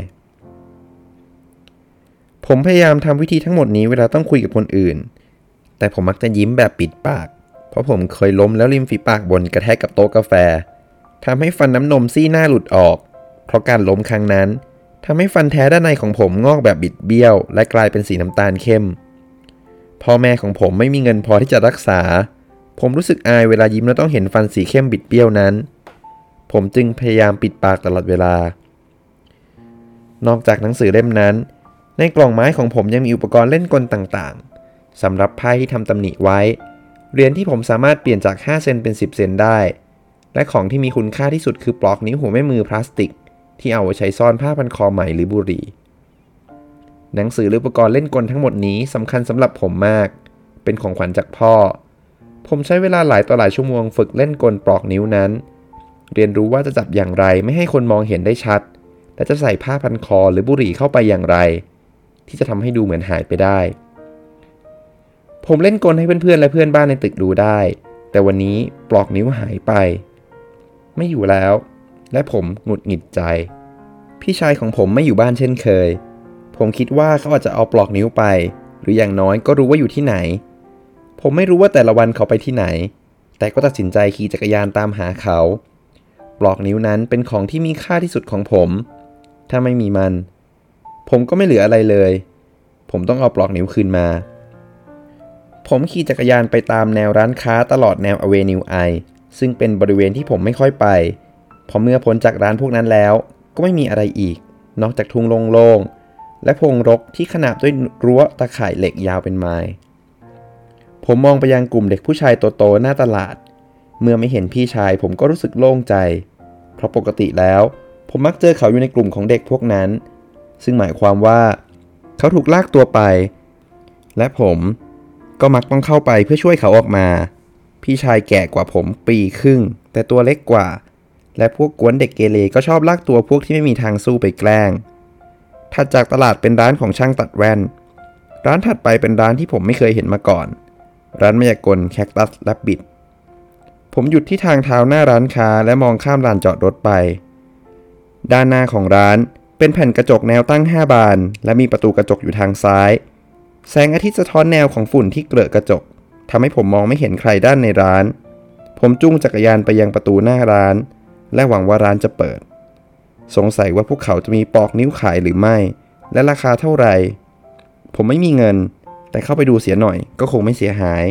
ผมพยายามทำวิธีทั้งหมดนี้เวลาต้องคุยกับคนอื่นแต่ผมมักจะยิ้มแบบปิดปากเพราะผมเคยล้มแล้วริมฝีปากบนกระแทกกับโต๊ะกาแฟทำให้ฟันน้ำนมซี่หน้าหลุดออกเพราะการล้มครั้งนั้นทำให้ฟันแท้ด้านในของผมงอกแบบบิดเบี้ยวและกลายเป็นสีน้ำตาลเข้มพ่อแม่ของผมไม่มีเงินพอที่จะรักษาผมรู้สึกอายเวลายิ้มแล้วต้องเห็นฟันสีเข้มบิดเบี้ยวนั้นผมจึงพยายามปิดปากตลอดเวลานอกจากหนังสือเล่มนั้นในกล่องไม้ของผมยังมีอุปกรณ์เล่นกลต่างๆสำหรับไพ่ที่ทำตำหนิไว้เหรียญที่ผมสามารถเปลี่ยนจาก5 เซนเป็น10 เซนได้และของที่มีคุณค่าที่สุดคือปลอกนิ้วหัวแม่มือพลาสติกที่เอาไว้ใช้ซ่อนผ้าพันคอใหม่หรือบุหรี่หนังสือหรืออุปกรณ์เล่นกลทั้งหมดนี้สำคัญสำหรับผมมากเป็นของขวัญจากพ่อผมใช้เวลาหลายต่อหลายชั่วโมงฝึกเล่นกลปลอกนิ้วนั้นเรียนรู้ว่าจะจับอย่างไรไม่ให้คนมองเห็นได้ชัดและจะใส่ผ้าพันคอหรือบุหรี่เข้าไปอย่างไรที่จะทำให้ดูเหมือนหายไปได้ผมเล่นกลให้เพื่อนๆและเพื่อนบ้านในตึกดูได้แต่วันนี้ปลอกนิ้วหายไปไม่อยู่แล้วและผมหงุดหงิดใจพี่ชายของผมไม่อยู่บ้านเช่นเคยผมคิดว่าเขาอาจจะเอาปลอกนิ้วไปหรืออย่างน้อยก็รู้ว่าอยู่ที่ไหนผมไม่รู้ว่าแต่ละวันเขาไปที่ไหนแต่ก็ตัดสินใจขี่จักรยานตามหาเขาปลอกนิ้วนั้นเป็นของที่มีค่าที่สุดของผมถ้าไม่มีมันผมก็ไม่เหลืออะไรเลยผมต้องเอาปลอกนิ้วคืนมาผมขี่จักรยานไปตามแนวร้านค้าตลอดแนวอเวนิวไอซึ่งเป็นบริเวณที่ผมไม่ค่อยไปพอเมื่อพ้นจากร้านพวกนั้นแล้วก็ไม่มีอะไรอีกนอกจากทุ่งโล่งๆและพงรกที่ขนาบด้วยรั้วตะข่ายเหล็กยาวเป็นไมล์ผมมองไปยังกลุ่มเด็กผู้ชายโตๆหน้าตลาดเมื่อไม่เห็นพี่ชายผมก็รู้สึกโล่งใจเพราะปกติแล้วผมมักเจอเขาอยู่ในกลุ่มของเด็กพวกนั้นซึ่งหมายความว่าเขาถูกลากตัวไปและผมก็มักต้องเข้าไปเพื่อช่วยเขาออกมาพี่ชายแก่กว่าผม1 ปีครึ่งแต่ตัวเล็กกว่าและพวกกวนเด็กเกเรก็ชอบลากตัวพวกที่ไม่มีทางสู้ไปแกล้งถัดจากตลาดเป็นร้านของช่างตัดแว่นร้านถัดไปเป็นร้านที่ผมไม่เคยเห็นมาก่อนร้านมายากลแคคตัสแรบบิทผมหยุดที่ทางเท้าหน้าร้านค้าและมองข้ามลานจอดรถไปด้านหน้าของร้านเป็นแผ่นกระจกแนวตั้ง5 บานและมีประตูกระจกอยู่ทางซ้ายแสงอาทิตย์สะท้อนแนวของฝุ่นที่เกลอะกระจกทำให้ผมมองไม่เห็นใครด้านในร้านผมจูงจักรยานไปยังประตูหน้าร้านและหวังว่าร้านจะเปิดสงสัยว่าพวกเขาจะมีปลอกนิ้วขายหรือไม่และราคาเท่าไหร่ผมไม่มีเงินแต่เข้าไปดูเสียหน่อยก็คงไม่เสียหาย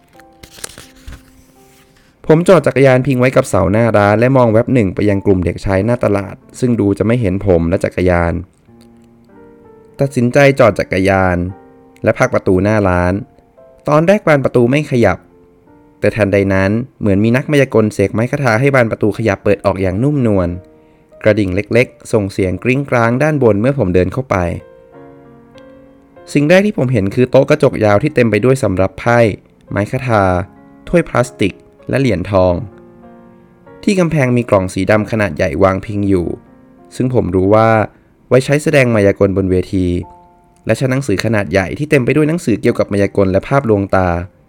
ผมจอดจักรยานพิงไว้กับเสาหน้าร้านและมองแวบหนึ่งไปยังกลุ่มเด็กชายหน้าตลาดซึ่งดูจะไม่เห็นผมและจักรยานตัดสินใจจอดจักรยานและพักประตูหน้าร้านตอนแรกบานประตูไม่ขยับแต่ทันใดนั้นเหมือนมีนักมายากลเสกไม้คทาให้บานประตูขยับเปิดออกอย่างนุ่มนวลกระดิ่งเล็กๆส่งเสียงกริ้งกร้างด้านบนเมื่อผมเดินเข้าไปสิ่งแรกที่ผมเห็นคือโต๊ะกระจกยาวที่เต็มไปด้วยสำรับไพ่ไม้คทาถ้วยพลาสติกและเหรียญทองที่กำแพงมีกล่องสีดำขนาดใหญ่วางพิงอยู่ซึ่งผมรู้ว่าไว้ใช้แสดงมายากลบนเวทีและชั้นหนังสือขนาดใหญ่ที่เต็มไปด้วยหนังสือเกี่ยวกับมายากลและภาพลวงตา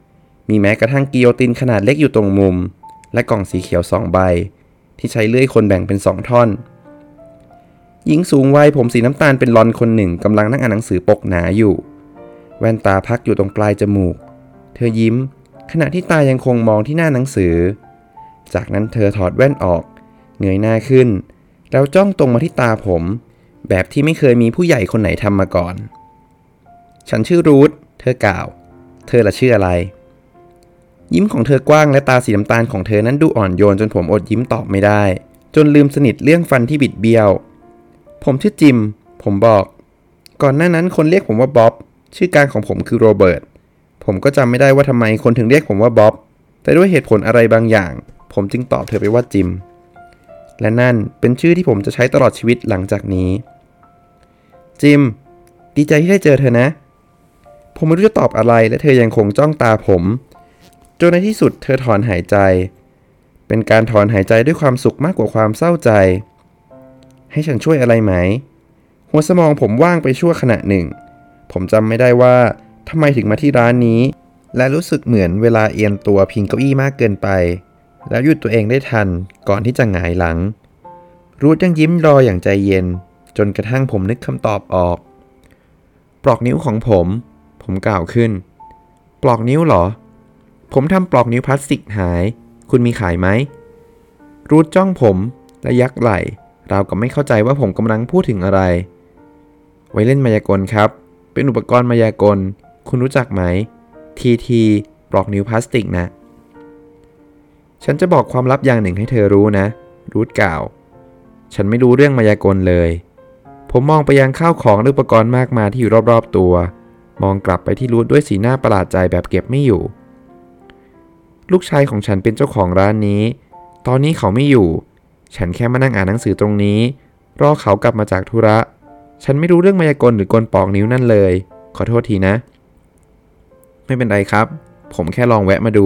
มีแม้กระทั่งกิโยตินขนาดเล็กอยู่ตรงมุมและกล่องสีเขียว2 ใบที่ใช้เลื่อยคนแบ่งเป็น2 ท่อนหญิงสูงวัยผมสีน้ำตาลเป็นลอนคนหนึ่งกำลังนั่งอ่านหนังสือปกหนาอยู่แว่นตาพักอยู่ตรงปลายจมูกเธอยิ้มขณะที่ตายังคงมองที่หน้าหนังสือจากนั้นเธอถอดแว่นออกเงยหน้าขึ้นแล้วจ้องตรงมาที่ตาผมแบบที่ไม่เคยมีผู้ใหญ่คนไหนทำมาก่อนฉันชื่อรูทเธอกล่าวเธอละชื่ออะไรยิ้มของเธอกว้างและตาสีน้ำตาลของเธอนั้นดูอ่อนโยนจนผมอดยิ้มตอบไม่ได้จนลืมสนิทเรื่องฟันที่บิดเบี้ยวผมชื่อจิมผมบอกก่อนหน้านั้นคนเรียกผมว่าบ๊อบชื่อกลางของผมคือโรเบิร์ตผมก็จำไม่ได้ว่าทำไมคนถึงเรียกผมว่าบ๊อบแต่ด้วยเหตุผลอะไรบางอย่างผมจึงตอบเธอไปว่าจิมและนั่นเป็นชื่อที่ผมจะใช้ตลอดชีวิตหลังจากนี้จิมดีใจที่ได้เจอเธอนะผมไม่รู้จะตอบอะไรและเธอยังคงจ้องตาผมจนในที่สุดเธอถอนหายใจเป็นการถอนหายใจด้วยความสุขมากกว่าความเศร้าใจให้ฉันช่วยอะไรไหมหัวสมองผมว่างไปชั่วขณะหนึ่งผมจำไม่ได้ว่าทำไมถึงมาที่ร้านนี้และรู้สึกเหมือนเวลาเอียงตัวพิงเก้าอี้มากเกินไปแล้วหยุดตัวเองได้ทันก่อนที่จะหงายหลังรูทยังยิ้มรออย่างใจเย็นจนกระทั่งผมนึกคำตอบออกปลอกนิ้วของผมกล่าวขึ้นปลอกนิ้วเหรอผมทำปลอกนิ้วพลาสติกหายคุณมีขายไหมรูทจ้องผมและยักไหล่ราวกับไม่เข้าใจว่าผมกำลังพูดถึงอะไรไว้เล่นมายากลครับเป็นอุปกรณ์มายากลคุณรู้จักไหมทีปลอกนิ้วพลาสติกนะฉันจะบอกความลับอย่างหนึ่งให้เธอรู้นะรูทกล่าวฉันไม่รู้เรื่องมายากลเลยผมมองไปยังข้าวของและอุปกรณ์มากมายที่อยู่รอบๆตัวมองกลับไปที่รูทด้วยสีหน้าประหลาดใจแบบเก็บไม่อยู่ลูกชายของฉันเป็นเจ้าของร้านนี้ตอนนี้เขาไม่อยู่ฉันแค่มานั่งอ่านหนังสือตรงนี้รอเขากลับมาจากธุระฉันไม่รู้เรื่องมายากลหรือกลปอกนิ้วนั่นเลยขอโทษทีนะไม่เป็นไรครับผมแค่ลองแวะมาดู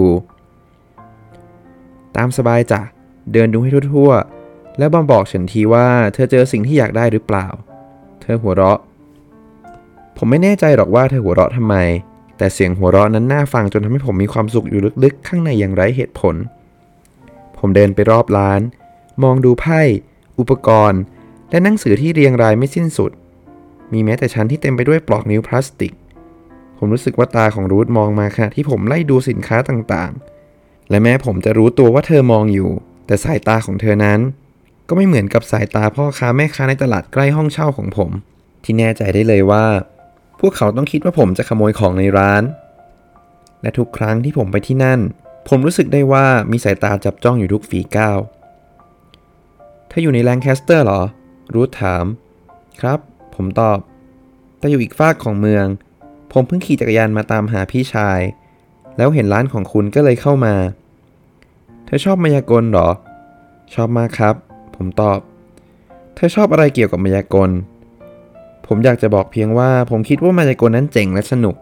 ตามสบายจ้ะเดินดูให้ทั่วๆแล้วบอกฉันทีว่าเธอเจอสิ่งที่อยากได้หรือเปล่าเธอหัวเราะผมไม่แน่ใจหรอกว่าเธอหัวเราะทำไมแต่เสียงหัวเราะนั้นน่าฟังจนทำให้ผมมีความสุขอยู่ลึกๆข้างในอย่างไร้เหตุผลผมเดินไปรอบร้านมองดูไพ่อุปกรณ์และหนังสือที่เรียงรายไม่สิ้นสุดมีแม้แต่ชั้นที่เต็มไปด้วยปลอกนิ้วพลาสติกผมรู้สึกว่าตาของรูทมองมาขณะที่ผมไล่ดูสินค้าต่างๆและแม้ผมจะรู้ตัวว่าเธอมองอยู่แต่สายตาของเธอนั้นก็ไม่เหมือนกับสายตาพ่อค้าแม่ค้าในตลาดใกล้ห้องเช่าของผมที่แน่ใจได้เลยว่าพวกเขาต้องคิดว่าผมจะขโมยของในร้านและทุกครั้งที่ผมไปที่นั่นผมรู้สึกได้ว่ามีสายตาจับจ้องอยู่ทุกฝีก้าวเธออยู่ในแลงแคสเตอร์เหรอรูทถามครับผมตอบแต่อยู่อีกฟากของเมืองผมเพิ่งขี่จักรยานมาตามหาพี่ชายแล้วเห็นร้านของคุณก็เลยเข้ามาเธอชอบมายากลเหรอชอบมากครับผมตอบเธอชอบอะไรเกี่ยวกับมายากลผมอยากจะบอกเพียงว่าผมคิดว่ามายากลนั้นเจ๋งและสนุก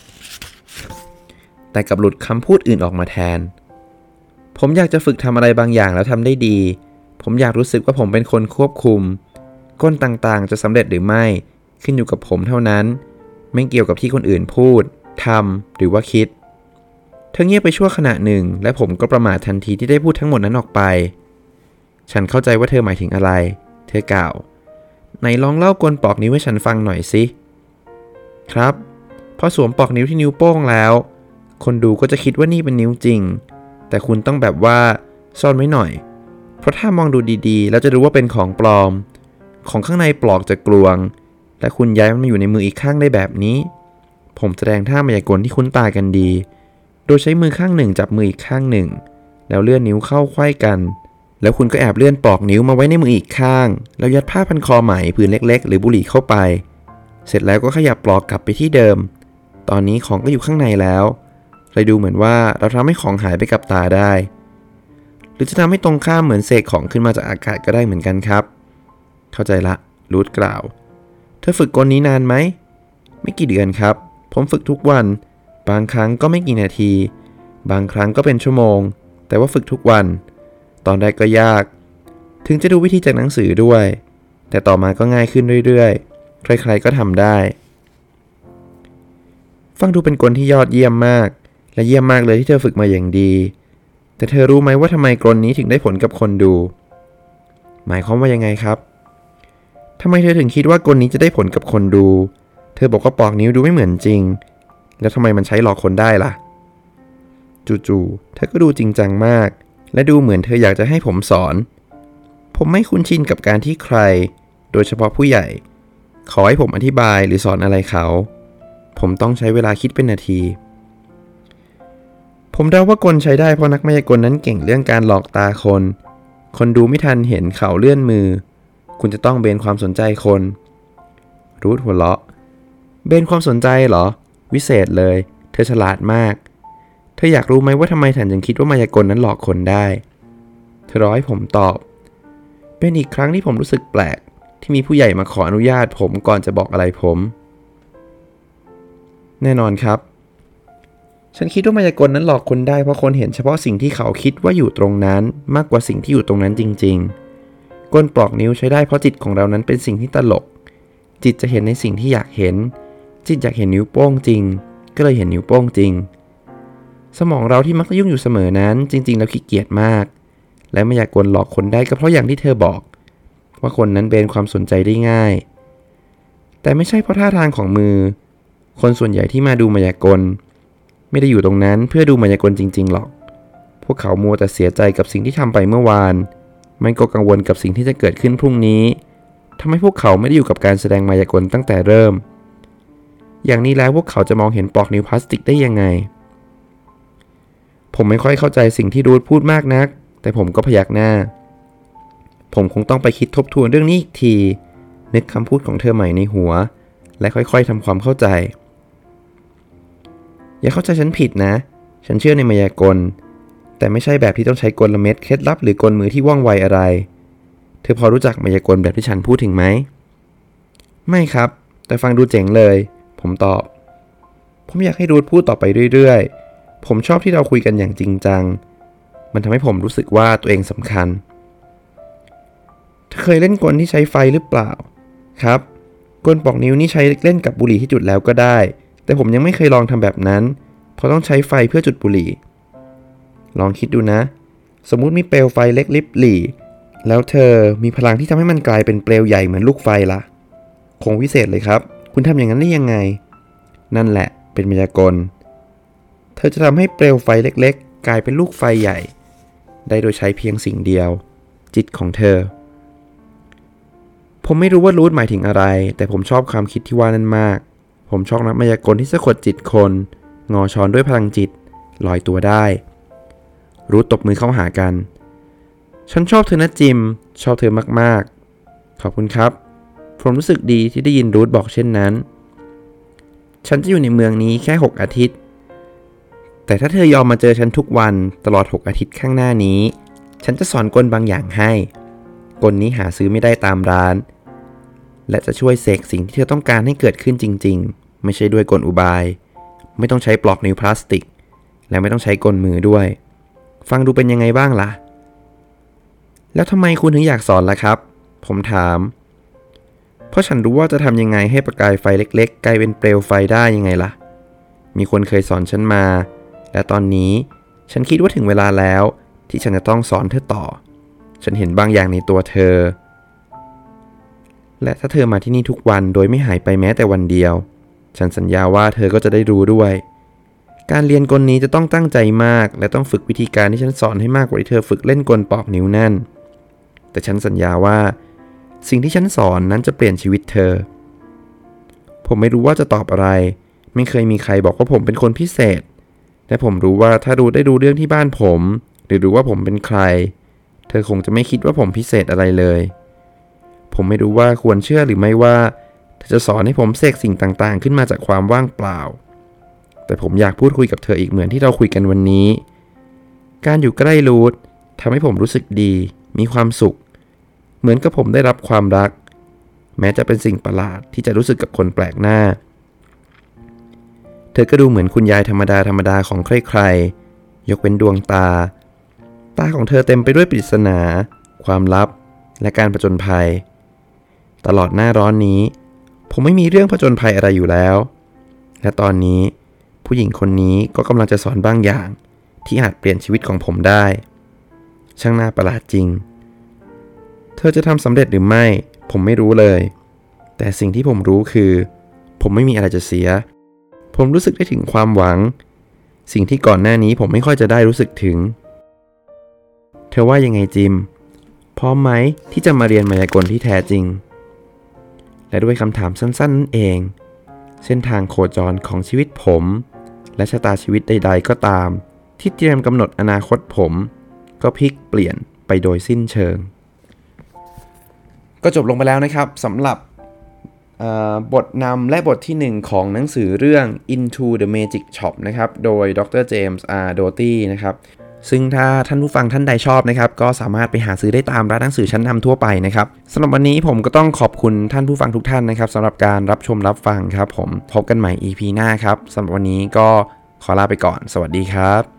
แต่กับหลุดคำพูดอื่นออกมาแทนผมอยากจะฝึกทำอะไรบางอย่างแล้วทำได้ดีผมอยากรู้สึกว่าผมเป็นคนควบคุมกลต่างๆจะสำเร็จหรือไม่ขึ้นอยู่กับผมเท่านั้นไม่เกี่ยวกับที่คนอื่นพูดทำหรือว่าคิดเธอเงียบไปชั่วขณะหนึ่งและผมก็ประหม่าทันทีที่ได้พูดทั้งหมดนั้นออกไปฉันเข้าใจว่าเธอหมายถึงอะไรเธอกล่าวไหนลองเล่ากลปอกนิ้วให้ฉันฟังหน่อยสิครับพอสวมปอกนิ้วที่นิ้วโป้งแล้วคนดูก็จะคิดว่านี่เป็นนิ้วจริงแต่คุณต้องแบบว่าซ่อนไว้หน่อยเพราะถ้ามองดูดีๆแล้วจะรู้ว่าเป็นของปลอมของข้างในปลอกจะกลวงและคุณย้ายมันมาอยู่ในมืออีกข้างได้แบบนี้ผมแสดงท่ามายากลที่คุ้นตากันดีโดยใช้มือข้างหนึ่งจับมืออีกข้างหนึ่งแล้วเลื่อนนิ้วเข้าไขว้กันแล้วคุณก็แอบเลื่อนปลอกนิ้วมาไว้ในมืออีกข้างแล้วยัดผ้าพันคอไหมผืนเล็กๆหรือบุหรี่เข้าไปเสร็จแล้วก็ขยับปลอกกลับไปที่เดิมตอนนี้ของก็อยู่ข้างในแล้วเลยดูเหมือนว่าเราทำให้ของหายไปกับตาได้หรือจะทำให้ตรงข้ามเหมือนเสกของขึ้นมาจากอากาศก็ได้เหมือนกันครับเข้าใจละรูทกล่าวเธอฝึกกลนี้นานไหมไม่กี่เดือนครับผมฝึกทุกวันบางครั้งก็ไม่กี่นาทีบางครั้งก็เป็นชั่วโมงแต่ว่าฝึกทุกวันตอนแรกก็ยากถึงจะดูวิธีจากหนังสือด้วยแต่ต่อมาก็ง่ายขึ้นเรื่อยๆใครๆก็ทำได้ฟังดูเป็นกลที่ยอดเยี่ยมมากแและเยี่ยมมากเลยที่เธอฝึกมาอย่างดีแต่เธอรู้ไหมว่าทำไมกลนี้ถึงได้ผลกับคนดูหมายความว่ายังไงครับทำไมเธอถึงคิดว่ากลนี้จะได้ผลกับคนดูเธอบอกว่าปอกนิ้วดูไม่เหมือนจริงแล้วทำไมมันใช้หลอกคนได้ล่ะจู่ๆเธอก็ดูจริงจังมากและดูเหมือนเธออยากจะให้ผมสอนผมไม่คุ้นชินกับการที่ใครโดยเฉพาะผู้ใหญ่ขอให้ผมอธิบายหรือสอนอะไรเขาผมต้องใช้เวลาคิดเป็นนาทีผมเดาว่ากลใช้ได้เพราะนักมายากลนั้นเก่งเรื่องการหลอกตาคนดูไม่ทันเห็นเขาเลื่อนมือคุณจะต้องเบนความสนใจคนรูทหัวเราะเบนความสนใจเหรอวิเศษเลยเธอฉลาดมากเธออยากรู้ไหมว่าทำไมฉันจึงคิดว่ามายากลนั้นหลอกคนได้เธอรอให้ผมตอบเป็นอีกครั้งที่ผมรู้สึกแปลกที่มีผู้ใหญ่มาขออนุญาตผมก่อนจะบอกอะไรผมแน่นอนครับฉันคิดว่ามายากลนั้นหลอกคนได้เพราะคนเห็นเฉพาะสิ่งที่เขาคิดว่าอยู่ตรงนั้นมากกว่าสิ่งที่อยู่ตรงนั้นจริงๆกลปลอกนิ้วใช้ได้เพราะจิตของเรานั้นเป็นสิ่งที่ตลกจิตจะเห็นในสิ่งที่อยากเห็นจิตอยากเห็นนิ้วโป้งจริงก็เลยเห็นนิ้วโป้งจริงสมองเราที่มักจะยุ่งอยู่เสมอนั้นจริงๆแล้วขี้เกียจมากและมายากลหลอกคนได้ก็เพราะอย่างที่เธอบอกว่าคนนั้นเบนความสนใจได้ง่ายแต่ไม่ใช่เพราะท่าทางของมือคนส่วนใหญ่ที่มาดูมายากลไม่ได้อยู่ตรงนั้นเพื่อดูมายากลจริงๆหรอกพวกเขามัวแต่เสียใจกับสิ่งที่ทำไปเมื่อวานมันก็กังวลกับสิ่งที่จะเกิดขึ้นพรุ่งนี้ทำให้พวกเขาไม่ได้อยู่กับการแสดงมายากลตั้งแต่เริ่มอย่างนี้แล้วพวกเขาจะมองเห็นปลอกนิ้วพลาสติกได้ยังไงผมไม่ค่อยเข้าใจสิ่งที่รูทพูดมากนักแต่ผมก็พยักหน้าผมคงต้องไปคิดทบทวนเรื่องนี้อีกทีนึกคำพูดของเธอใหม่ในหัวและค่อยๆทำความเข้าใจอย่าเข้าใจฉันผิดนะฉันเชื่อในมายากลแต่ไม่ใช่แบบที่ต้องใช้กลเม็ดเคล็ดลับหรือกลมือที่ว่องไวอะไรเธอพอรู้จักมายากลแบบที่ฉันพูดถึงไหมไม่ครับแต่ฟังดูเจ๋งเลยผมตอบผมอยากให้รูทพูดต่อไปเรื่อยๆผมชอบที่เราคุยกันอย่างจริงจังมันทำให้ผมรู้สึกว่าตัวเองสำคัญเธอเคยเล่นกลที่ใช้ไฟหรือเปล่าครับกลปอกนิ้วนี่ใช้เล่นกับบุหรี่ที่จุดแล้วก็ได้แต่ผมยังไม่เคยลองทำแบบนั้นเพราะต้องใช้ไฟเพื่อจุดบุหรี่ลองคิดดูนะสมมุติมีเปลวไฟเล็กลิบหรี่แล้วเธอมีพลังที่ทำให้มันกลายเป็นเปลวใหญ่เหมือนลูกไฟล่ะคงวิเศษเลยครับคุณทำอย่างนั้นได้ยังไงนั่นแหละเป็นมายากลเธอจะทำให้เปลวไฟเล็กๆกลายเป็นลูกไฟใหญ่ได้โดยใช้เพียงสิ่งเดียวจิตของเธอผมไม่รู้ว่ารูทหมายถึงอะไรแต่ผมชอบความคิดที่ว่านั้นมากผมชอบนักมายากลที่สะกดจิตคนงอช้อนด้วยพลังจิตลอยตัวได้รูทตบมือเข้าหากันฉันชอบเธอนะจิมชอบเธอมากๆขอบคุณครับผมรู้สึกดีที่ได้ยินรูทบอกเช่นนั้นฉันจะอยู่ในเมืองนี้แค่6 อาทิตย์แต่ถ้าเธอยอมมาเจอฉันทุกวันตลอด6 อาทิตย์ข้างหน้านี้ฉันจะสอนกลบางอย่างให้กลนี้หาซื้อไม่ได้ตามร้านและจะช่วยเสกสิ่งที่เธอต้องการให้เกิดขึ้นจริงๆไม่ใช่ด้วยกลอุบายไม่ต้องใช้ปลอกนิ้วพลาสติกและไม่ต้องใช้กลมือด้วยฟังดูเป็นยังไงบ้างล่ะแล้วทำไมคุณถึงอยากสอนล่ะครับผมถามเพราะฉันรู้ว่าจะทำยังไงให้ประกายไฟเล็กๆกลายเป็นเปลวไฟได้ยังไงล่ะมีคนเคยสอนฉันมาและตอนนี้ฉันคิดว่าถึงเวลาแล้วที่ฉันจะต้องสอนเธอต่อฉันเห็นบางอย่างในตัวเธอและถ้าเธอมาที่นี่ทุกวันโดยไม่หายไปแม้แต่วันเดียวฉันสัญญาว่าเธอก็จะได้รู้ด้วยการเรียนกลนี้จะต้องตั้งใจมากและต้องฝึกวิธีการที่ฉันสอนให้มากกว่าที่เธอฝึกเล่นกลปอกนิ้วนั่นแต่ฉันสัญญาว่าสิ่งที่ฉันสอนนั้นจะเปลี่ยนชีวิตเธอผมไม่รู้ว่าจะตอบอะไรไม่เคยมีใครบอกว่าผมเป็นคนพิเศษและผมรู้ว่าถ้ารู้ได้ดูเรื่องที่บ้านผมหรือรู้ว่าผมเป็นใครเธอคงจะไม่คิดว่าผมพิเศษอะไรเลยผมไม่รู้ว่าควรเชื่อหรือไม่ว่าเธอจะสอนให้ผมเสกสิ่งต่างๆขึ้นมาจากความว่างเปล่าแต่ผมอยากพูดคุยกับเธออีกเหมือนที่เราคุยกันวันนี้การอยู่ใกล้รูททำให้ผมรู้สึกดีมีความสุขเหมือนกับผมได้รับความรักแม้จะเป็นสิ่งประหลาดที่จะรู้สึกกับคนแปลกหน้าเธอก็ดูเหมือนคุณยายธรรมดาของใครๆยกเว้นดวงตาของเธอเต็มไปด้วยปริศนาความลับและการผจญภัยตลอดหน้าร้อนนี้ผมไม่มีเรื่องผจญภัยอะไรอยู่แล้วและตอนนี้ผผู้หญิงคนนี้ก็กำลังจะสอนบางอย่างที่อาจเปลี่ยนชีวิตของผมได้ช่างน่าประหลาดจริงเธอจะทำสำเร็จหรือไม่ผมไม่รู้เลยแต่สิ่งที่ผมรู้คือผมไม่มีอะไรจะเสียผมรู้สึกได้ถึงความหวังสิ่งที่ก่อนหน้านี้ผมไม่ค่อยจะได้รู้สึกถึงเธอว่ายังไงจิมพร้อมไหมที่จะมาเรียนมายากลที่แท้จริงและด้วยคำถามสั้นๆนั่นเองเส้นทางโคจรของชีวิตผมและชะตาชีวิตใดๆก็ตามที่เตรียมกำหนดอนาคตผมก็พลิกเปลี่ยนไปโดยสิ้นเชิงก็จบลงไปแล้วนะครับสำหรับบทนำและบทที่1ของหนังสือเรื่อง Into the Magic Shop นะครับโดยดร. เจมส์ อาร์ โดตี้นะครับซึ่งถ้าท่านผู้ฟังท่านใดชอบนะครับก็สามารถไปหาซื้อได้ตามร้านหนังสือชั้นนำทั่วไปนะครับสำหรับวันนี้ผมก็ต้องขอบคุณท่านผู้ฟังทุกท่านนะครับสำหรับการรับชมรับฟังครับผมพบกันใหม่ EP หน้าครับสำหรับวันนี้ก็ขอลาไปก่อนสวัสดีครับ